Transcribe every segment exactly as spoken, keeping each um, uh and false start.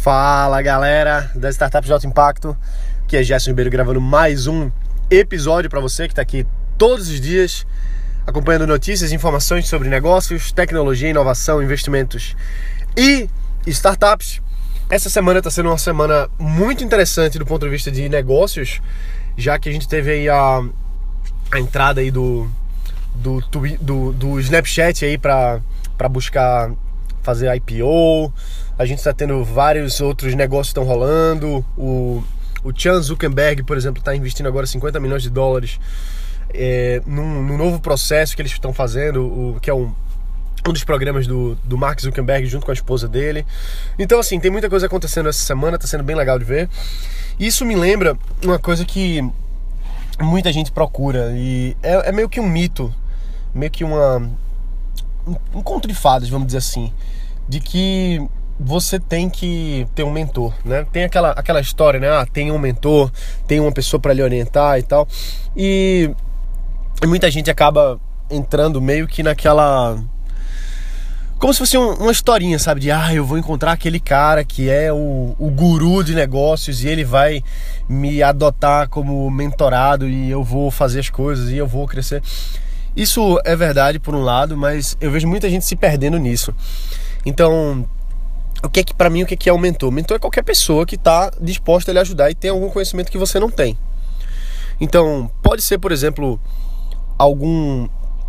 Fala galera das startups de alto impacto, aqui é Gerson Ribeiro gravando mais um episódio para você que está aqui todos os dias acompanhando notícias e informações sobre negócios, tecnologia, inovação, investimentos e startups. Essa semana está sendo uma semana muito interessante do ponto de vista de negócios, já que a gente teve aí a, a entrada aí do, do, do, do Snapchat aí para para buscar fazer I P O. A gente está tendo vários outros negócios que estão rolando. O, o Chan Zuckerberg, por exemplo, está investindo agora cinquenta milhões de dólares é, num, num novo processo que eles estão fazendo, o, que é um, um dos programas do, do Mark Zuckerberg junto com a esposa dele. Então, assim, tem muita coisa acontecendo essa semana, está sendo bem legal de ver. Isso me lembra uma coisa que muita gente procura, e é, é meio que um mito, meio que uma, um, um conto de fadas, vamos dizer assim, de que você tem que ter um mentor, né? Tem aquela, aquela história, né? Ah, tem um mentor, tem uma pessoa para lhe orientar e tal. E, e muita gente acaba entrando meio que naquela... como se fosse um, uma historinha, sabe? De, ah, eu vou encontrar aquele cara que é o, o guru de negócios e ele vai me adotar como mentorado e eu vou fazer as coisas e eu vou crescer. Isso é verdade por um lado, mas eu vejo muita gente se perdendo nisso. Então... o que é que, para mim, o que é um mentor? Mentor é qualquer pessoa que está disposta a lhe ajudar e tem algum conhecimento que você não tem. Então, pode ser, por exemplo, algum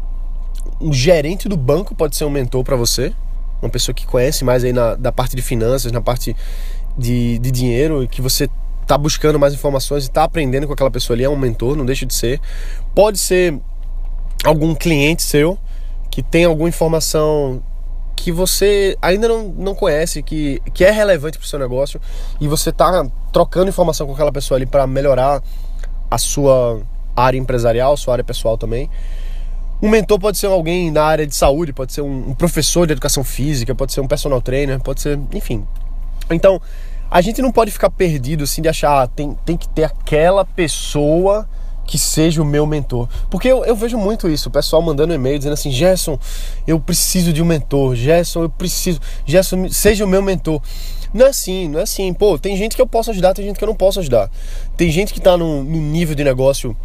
um gerente do banco pode ser um mentor para você, uma pessoa que conhece mais aí na, da parte de finanças, na parte de, de dinheiro, e que você está buscando mais informações e está aprendendo com aquela pessoa ali, é um mentor, não deixa de ser. Pode ser algum cliente seu que tem alguma informação que você ainda não, não conhece, que, que é relevante para o seu negócio, e você está trocando informação com aquela pessoa ali para melhorar a sua área empresarial, sua área pessoal também. Um mentor pode ser alguém na área de saúde, pode ser um, um professor de educação física, pode ser um personal trainer, pode ser, enfim. Então, a gente não pode ficar perdido assim de achar, ah, tem, tem que ter aquela pessoa que seja o meu mentor. Porque eu, eu vejo muito isso, o pessoal mandando e-mail dizendo assim: Gerson, eu preciso de um mentor, Gerson, eu preciso, Gerson, seja o meu mentor. Não é assim, não é assim. Pô, tem gente que eu posso ajudar, tem gente que eu não posso ajudar. Tem gente que tá num, num nível de negócio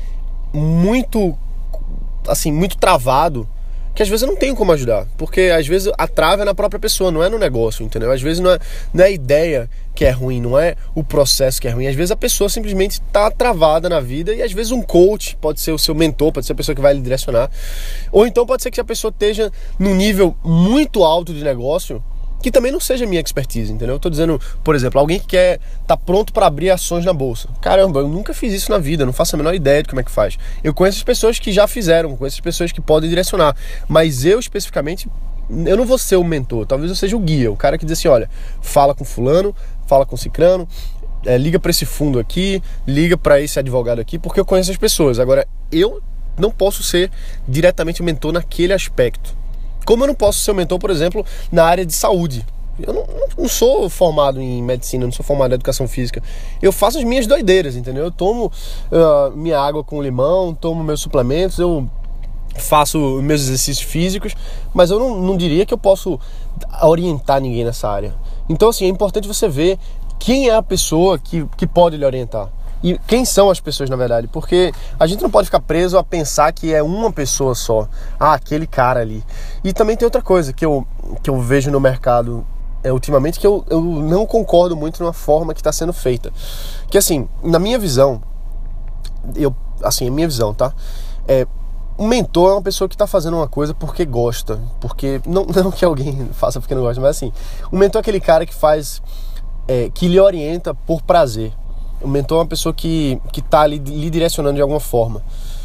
muito, assim, muito travado, que às vezes eu não tenho como ajudar, porque às vezes a trava é na própria pessoa, não é no negócio, entendeu? Às vezes não é, não é a ideia que é ruim, não é o processo que é ruim, às vezes a pessoa simplesmente está travada na vida, e às vezes um coach pode ser o seu mentor, pode ser a pessoa que vai lhe direcionar, ou então pode ser que a pessoa esteja num nível muito alto de negócio, que também não seja minha expertise, entendeu? Eu tô dizendo, por exemplo, alguém que quer tá pronto para abrir ações na bolsa. Caramba, eu nunca fiz isso na vida, não faço a menor ideia de como é que faz. Eu conheço as pessoas que já fizeram, conheço as pessoas que podem direcionar, mas eu especificamente, eu não vou ser o mentor, talvez eu seja o guia, o cara que diz assim: olha, fala com fulano, fala com cicrano, é, liga para esse fundo aqui, liga para esse advogado aqui, porque eu conheço as pessoas. Agora, eu não posso ser diretamente o mentor naquele aspecto. Como eu não posso ser o mentor, por exemplo, na área de saúde. Eu não, não sou formado em medicina, não sou formado em educação física. Eu faço as minhas doideiras, entendeu? Eu tomo uh, minha água com limão, tomo meus suplementos, eu faço meus exercícios físicos, mas eu não, não diria que eu posso orientar ninguém nessa área. Então, assim, é importante você ver quem é a pessoa que, que pode lhe orientar. E quem são as pessoas, na verdade, porque a gente não pode ficar preso a pensar que é uma pessoa só, ah, aquele cara ali. E também tem outra coisa que eu, que eu vejo no mercado é, ultimamente, que eu, eu não concordo muito na forma que está sendo feita. Que assim, na minha visão, eu, assim, a minha visão, tá? É, um mentor é uma pessoa que está fazendo uma coisa porque gosta, porque, não, não que alguém faça porque não gosta, mas assim, um mentor é aquele cara que faz, é, que lhe orienta por prazer. O mentor é uma pessoa que que está ali lhe direcionando de alguma forma.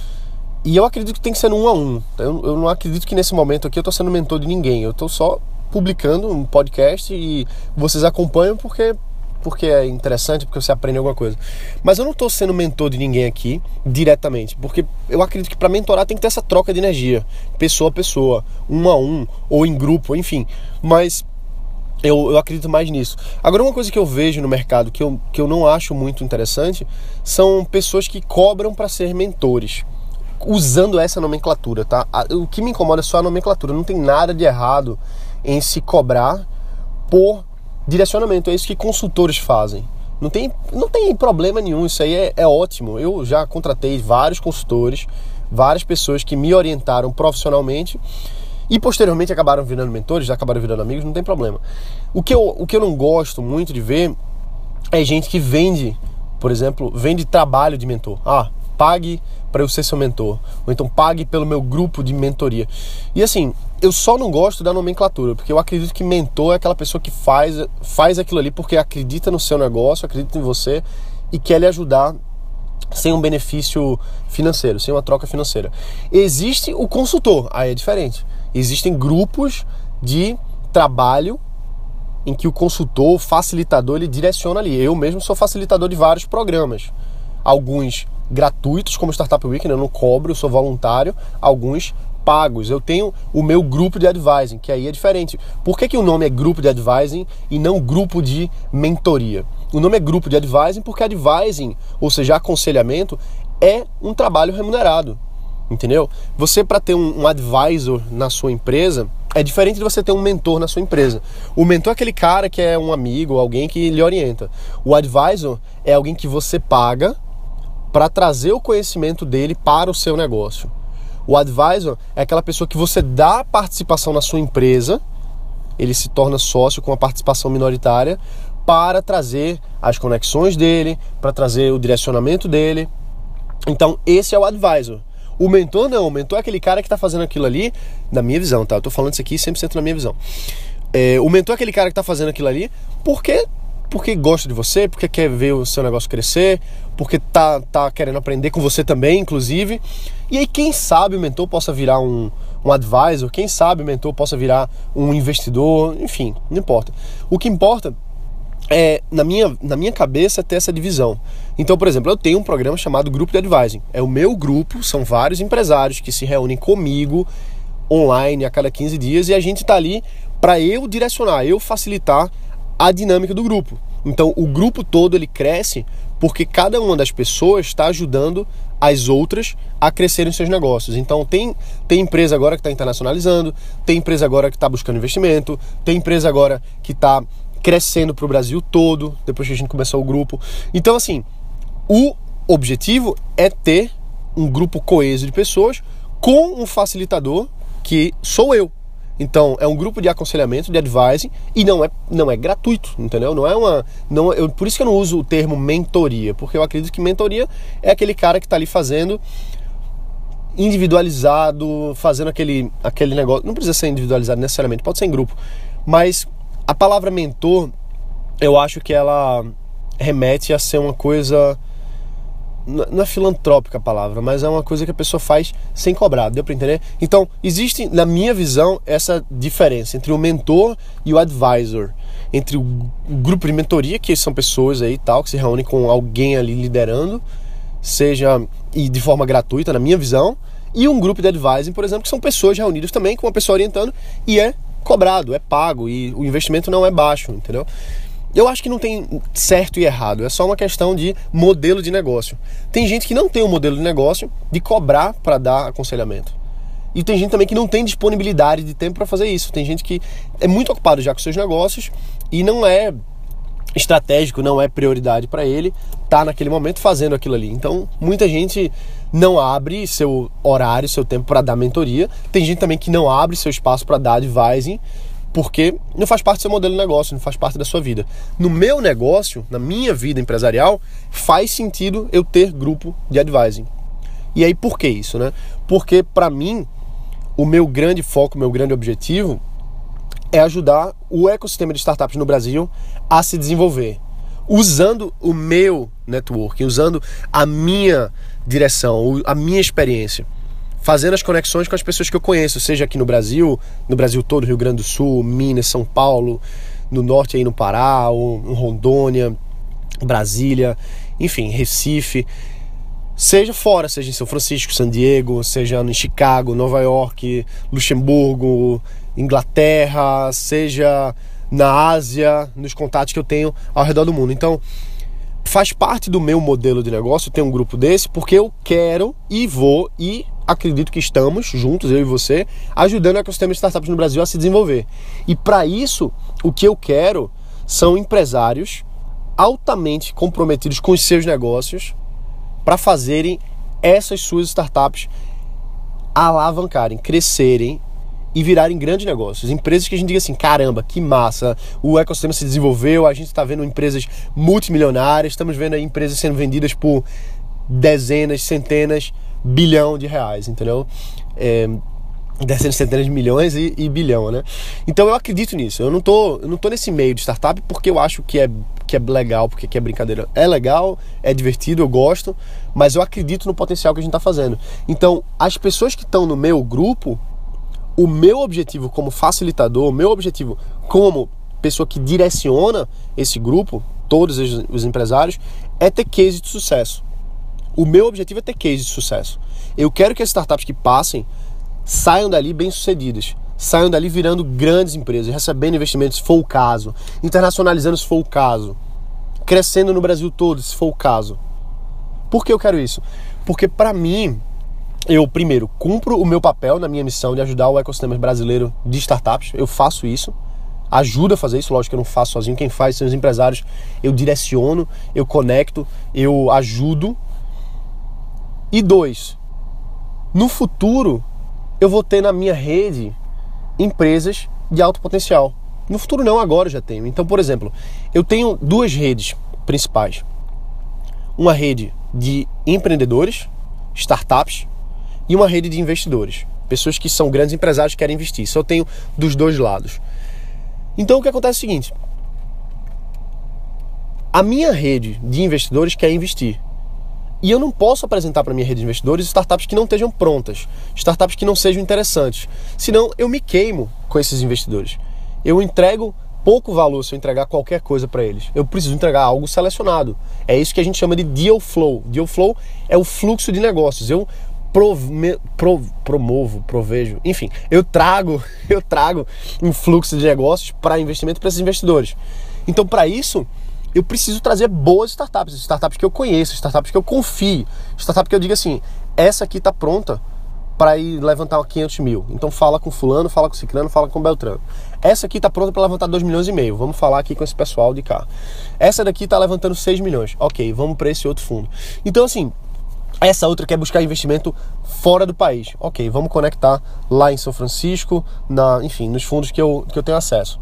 E eu acredito que tem que ser no um a um. Eu, eu não acredito que nesse momento aqui eu estou sendo mentor de ninguém. Eu estou só publicando um podcast e vocês acompanham porque, porque é interessante, porque você aprende alguma coisa. Mas eu não estou sendo mentor de ninguém aqui diretamente, porque eu acredito que para mentorar tem que ter essa troca de energia, pessoa a pessoa, um a um, ou em grupo, enfim. Mas Eu, eu acredito mais nisso. Agora, uma coisa que eu vejo no mercado que eu, que eu não acho muito interessante são pessoas que cobram para ser mentores, usando essa nomenclatura, tá? O que me incomoda é só a nomenclatura. Não tem nada de errado em se cobrar por direcionamento, é isso que consultores fazem. Não tem, não tem problema nenhum, isso aí é, é ótimo. Eu já contratei vários consultores, várias pessoas que me orientaram profissionalmente e posteriormente acabaram virando mentores, já acabaram virando amigos, não tem problema. O que eu, o que eu não gosto muito de ver é gente que vende, por exemplo, vende trabalho de mentor. Ah, pague para eu ser seu mentor, ou então pague pelo meu grupo de mentoria. E assim, eu só não gosto da nomenclatura, porque eu acredito que mentor é aquela pessoa que faz, faz aquilo ali porque acredita no seu negócio, acredita em você e quer lhe ajudar sem um benefício financeiro, sem uma troca financeira. Existe o consultor, aí é diferente. Existem grupos de trabalho em que o consultor, o facilitador, ele direciona ali. Eu mesmo sou facilitador de vários programas. Alguns gratuitos, como Startup Week, né? Eu não cobro, eu sou voluntário. Alguns pagos. Eu tenho o meu grupo de advising, que aí é diferente. Por que que o nome é grupo de advising e não grupo de mentoria? O nome é grupo de advising porque advising, ou seja, aconselhamento, é um trabalho remunerado. Entendeu? Você, para ter um, um advisor na sua empresa, é diferente de você ter um mentor na sua empresa. O mentor é aquele cara que é um amigo, alguém que lhe orienta. O advisor é alguém que você paga para trazer o conhecimento dele para o seu negócio. O advisor é aquela pessoa que você dá participação na sua empresa, ele se torna sócio com a participação minoritária para trazer as conexões dele, para trazer o direcionamento dele. Então, esse é o advisor. O mentor não, o mentor é aquele cara que está fazendo aquilo ali, na minha visão, tá? Eu tô falando isso aqui cem por cento na minha visão. É, o mentor é aquele cara que está fazendo aquilo ali porque, porque gosta de você, porque quer ver o seu negócio crescer, porque tá, tá querendo aprender com você também, inclusive. E aí, quem sabe o mentor possa virar um, um advisor, quem sabe o mentor possa virar um investidor, enfim, não importa. O que importa é, na minha, na minha cabeça, ter essa divisão. Então, por exemplo, eu tenho um programa chamado Grupo de Advising. É o meu grupo, são vários empresários que se reúnem comigo online a cada quinze dias e a gente está ali para eu direcionar, eu facilitar a dinâmica do grupo. Então, o grupo todo ele cresce porque cada uma das pessoas está ajudando as outras a crescerem seus negócios. Então, tem, tem empresa agora que está internacionalizando, tem empresa agora que está buscando investimento, tem empresa agora que está crescendo para o Brasil todo, depois que a gente começou o grupo. Então, assim, o objetivo é ter um grupo coeso de pessoas com um facilitador que sou eu. Então, é um grupo de aconselhamento, de advising, e não é, não é gratuito, entendeu? Não é uma, não, eu, por isso que eu não uso o termo mentoria, porque eu acredito que mentoria é aquele cara que está ali fazendo individualizado, fazendo aquele, aquele negócio. Não precisa ser individualizado necessariamente, pode ser em grupo, mas a palavra mentor, eu acho que ela remete a ser uma coisa, não é filantrópica a palavra, mas é uma coisa que a pessoa faz sem cobrar, deu para entender? Então, existe, na minha visão, essa diferença entre o mentor e o advisor, entre o grupo de mentoria, que são pessoas aí tal, que se reúnem com alguém ali liderando, seja e de forma gratuita, na minha visão, e um grupo de advising, por exemplo, que são pessoas reunidas também com uma pessoa orientando e é cobrado, é pago e o investimento não é baixo, entendeu? Eu acho que não tem certo e errado, é só uma questão de modelo de negócio. Tem gente que não tem um modelo de negócio de cobrar para dar aconselhamento. E tem gente também que não tem disponibilidade de tempo para fazer isso. Tem gente que é muito ocupado já com seus negócios e não é estratégico, não é prioridade para ele estar naquele momento fazendo aquilo ali. Então, muita gente não abre seu horário, seu tempo para dar mentoria. Tem gente também que não abre seu espaço para dar advising, porque não faz parte do seu modelo de negócio, não faz parte da sua vida. No meu negócio, na minha vida empresarial, faz sentido eu ter grupo de advising. E aí, por que isso, né? Porque, para mim, o meu grande foco, o meu grande objetivo é ajudar o ecossistema de startups no Brasil a se desenvolver, usando o meu network, usando a minha direção, a minha experiência, fazendo as conexões com as pessoas que eu conheço, seja aqui no Brasil, no Brasil todo, Rio Grande do Sul, Minas, São Paulo, no norte aí no Pará, ou em Rondônia, Brasília, enfim, Recife, seja fora, seja em São Francisco, San Diego, seja em Chicago, Nova York, Luxemburgo, Inglaterra, seja na Ásia, nos contatos que eu tenho ao redor do mundo. Então, faz parte do meu modelo de negócio ter um grupo desse, porque eu quero e vou e acredito que estamos juntos, eu e você, ajudando o ecossistema de startups no Brasil a se desenvolver. E para isso, o que eu quero são empresários altamente comprometidos com os seus negócios para fazerem essas suas startups alavancarem, crescerem e virarem grandes negócios. Empresas que a gente diga assim, caramba, que massa, o ecossistema se desenvolveu, a gente está vendo empresas multimilionárias, estamos vendo aí empresas sendo vendidas por dezenas, centenas, bilhão de reais, entendeu? É, dezenas, centenas de milhões e, e bilhão, né? Então eu acredito nisso, eu não tô, eu não tô nesse meio de startup porque eu acho que é, que é legal, porque que é brincadeira. É legal, é divertido, eu gosto, mas eu acredito no potencial que a gente tá fazendo. Então, as pessoas que estão no meu grupo, o meu objetivo como facilitador, o meu objetivo como pessoa que direciona esse grupo, todos os, os empresários, é ter case de sucesso. O meu objetivo é ter case de sucesso. Eu quero que as startups que passem saiam dali bem-sucedidas, saiam dali virando grandes empresas, recebendo investimentos se for o caso, internacionalizando se for o caso, crescendo no Brasil todo se for o caso. Por que eu quero isso? Porque para mim, eu primeiro cumpro o meu papel na minha missão de ajudar o ecossistema brasileiro de startups, eu faço isso, ajudo a fazer isso, lógico que eu não faço sozinho, quem faz são os empresários, eu direciono, eu conecto, eu ajudo. E dois, no futuro eu vou ter na minha rede empresas de alto potencial. No futuro não, agora eu já tenho. Então, por exemplo, eu tenho duas redes principais. Uma rede de empreendedores, startups, e uma rede de investidores. Pessoas que são grandes empresários que querem investir. Isso eu tenho dos dois lados. Então o que acontece é o seguinte. A minha rede de investidores quer investir. E eu não posso apresentar para minha rede de investidores startups que não estejam prontas, startups que não sejam interessantes. Senão eu me queimo com esses investidores. Eu entrego pouco valor se eu entregar qualquer coisa para eles. Eu preciso entregar algo selecionado. É isso que a gente chama de deal flow. Deal flow é o fluxo de negócios. Eu prove, pro, promovo, provejo, enfim, eu trago, eu trago um fluxo de negócios para investimento para esses investidores. Então, para isso, eu preciso trazer boas startups, startups que eu conheço, startups que eu confie, startups que eu diga assim, essa aqui está pronta para ir levantar quinhentos mil. Então fala com fulano, fala com ciclano, fala com beltrano. Essa aqui está pronta para levantar dois milhões e meio. Vamos falar aqui com esse pessoal de cá. Essa daqui está levantando seis milhões. Ok, vamos para esse outro fundo. Então assim, essa outra quer buscar investimento fora do país. Ok, vamos conectar lá em São Francisco, na, enfim, nos fundos que eu, que eu tenho acesso.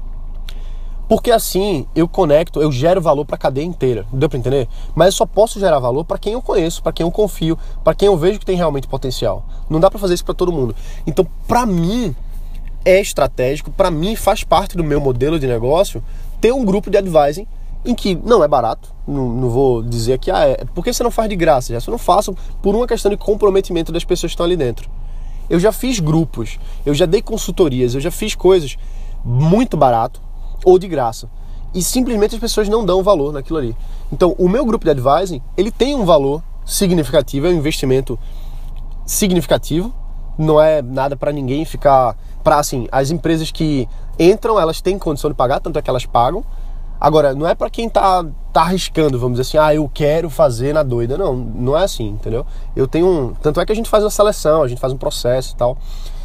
Porque assim eu conecto, eu gero valor para a cadeia inteira, deu para entender? Mas eu só posso gerar valor para quem eu conheço, para quem eu confio, para quem eu vejo que tem realmente potencial. Não dá para fazer isso para todo mundo. Então, para mim é estratégico, para mim faz parte do meu modelo de negócio ter um grupo de advising em que não é barato, não, não vou dizer que ah, é porque você não faz de graça, já eu não faço por uma questão de comprometimento das pessoas que estão ali dentro. Eu já fiz grupos, eu já dei consultorias, eu já fiz coisas muito barato ou de graça. E simplesmente as pessoas não dão valor naquilo ali. Então, o meu grupo de advising, ele tem um valor significativo, é um investimento significativo, não é nada para ninguém ficar... Para assim, as empresas que entram, elas têm condição de pagar, tanto é que elas pagam. Agora, não é para quem tá, tá arriscando, vamos dizer assim, ah, eu quero fazer na doida. Não, não é assim, entendeu? Eu tenho um... Tanto é que a gente faz uma seleção, a gente faz um processo e tal.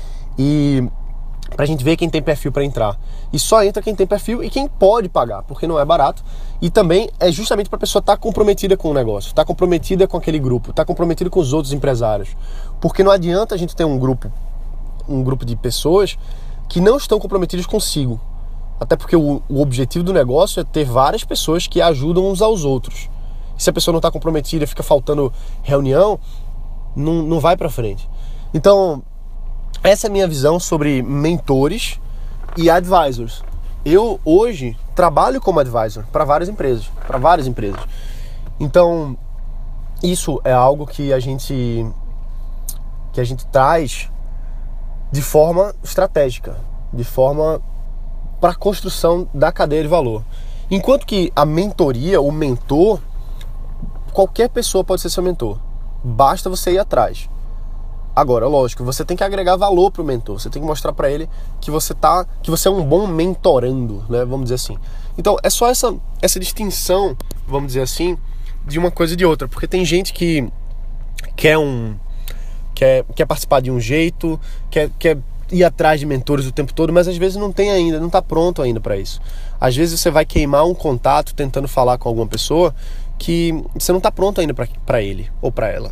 E... pra gente ver quem tem perfil para entrar. E só entra quem tem perfil e quem pode pagar, porque não é barato. E também é justamente para a pessoa estar tá comprometida com o negócio, estar tá comprometida com aquele grupo, estar tá comprometida com os outros empresários. Porque não adianta a gente ter um grupo, um grupo de pessoas que não estão comprometidas consigo. Até porque o, o objetivo do negócio é ter várias pessoas que ajudam uns aos outros. E se a pessoa não está comprometida, fica faltando reunião, não, não vai para frente. Então... essa é a minha visão sobre mentores e advisors. Eu hoje trabalho como advisor para várias empresas, para várias empresas. Então, isso é algo que a gente que a gente traz de forma estratégica, de forma para a construção da cadeia de valor. Enquanto que a mentoria, o mentor, qualquer pessoa pode ser seu mentor. Basta você ir atrás. Agora, lógico, você tem que agregar valor para o mentor, você tem que mostrar para ele que você tá, que você é um bom mentorando, né? Vamos dizer assim. Então, é só essa, essa distinção, vamos dizer assim, de uma coisa e de outra, porque tem gente que quer um quer, quer participar de um jeito, quer, quer ir atrás de mentores o tempo todo, mas às vezes não tem ainda, não está pronto ainda para isso. Às vezes você vai queimar um contato tentando falar com alguma pessoa que você não está pronto ainda para ele ou para ela.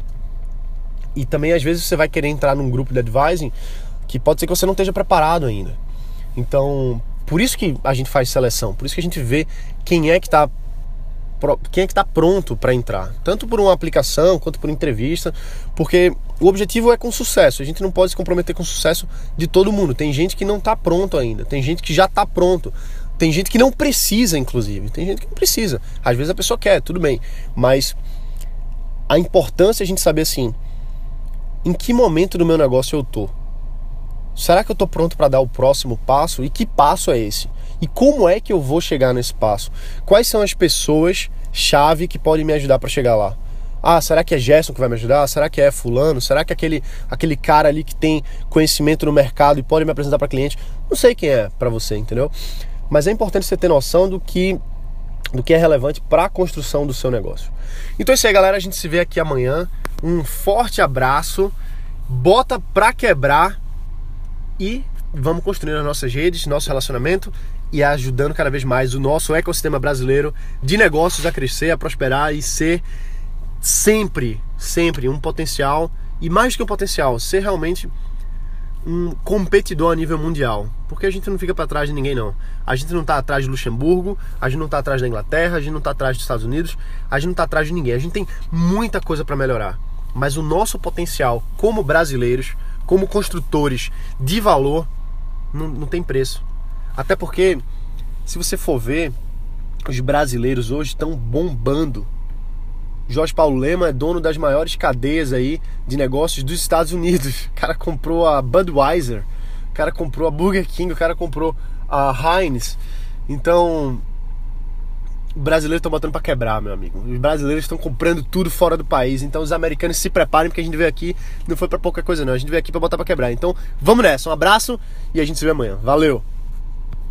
E também às vezes você vai querer entrar num grupo de advising que pode ser que você não esteja preparado ainda. Então, por isso que a gente faz seleção, por isso que a gente vê quem é que está quem é que está pronto para entrar, tanto por uma aplicação quanto por entrevista, porque o objetivo é com sucesso. A gente não pode se comprometer com o sucesso de todo mundo. Tem gente que não está pronto ainda, tem gente que já está pronto, tem gente que não precisa, inclusive, tem gente que não precisa. Às vezes a pessoa quer, tudo bem, mas a importância é a gente saber assim, em que momento do meu negócio eu tô? Será que eu tô pronto para dar o próximo passo? E que passo é esse? E como é que eu vou chegar nesse passo? Quais são as pessoas chave que podem me ajudar para chegar lá? Ah, será que é Gerson que vai me ajudar? Será que é fulano? Será que é aquele, aquele cara ali que tem conhecimento no mercado e pode me apresentar para cliente? Não sei quem é para você, entendeu? Mas é importante você ter noção do que, do que é relevante para a construção do seu negócio. Então é isso aí, galera. A gente se vê aqui amanhã. Um forte abraço. Bota pra quebrar e vamos construindo as nossas redes, nosso relacionamento e ajudando cada vez mais o nosso ecossistema brasileiro de negócios a crescer, a prosperar e ser sempre, sempre um potencial, e mais do que um potencial, ser realmente um competidor a nível mundial. Porque a gente não fica para trás de ninguém, não. A gente não está atrás de Luxemburgo, a gente não está atrás da Inglaterra, a gente não está atrás dos Estados Unidos, a gente não está atrás de ninguém. A gente tem muita coisa para melhorar. Mas o nosso potencial como brasileiros, como construtores de valor, não, não tem preço. Até porque, se você for ver, os brasileiros hoje estão bombando. Jorge Paulo Lemann é dono das maiores cadeias aí de negócios dos Estados Unidos. O cara comprou a Budweiser, o cara comprou a Burger King, o cara comprou a Heinz. Então, os brasileiros estão botando para quebrar, meu amigo. Os brasileiros estão comprando tudo fora do país. Então os americanos se preparem, porque a gente veio aqui, não foi para pouca coisa não, a gente veio aqui para botar para quebrar. Então, vamos nessa. Um abraço e a gente se vê amanhã. Valeu!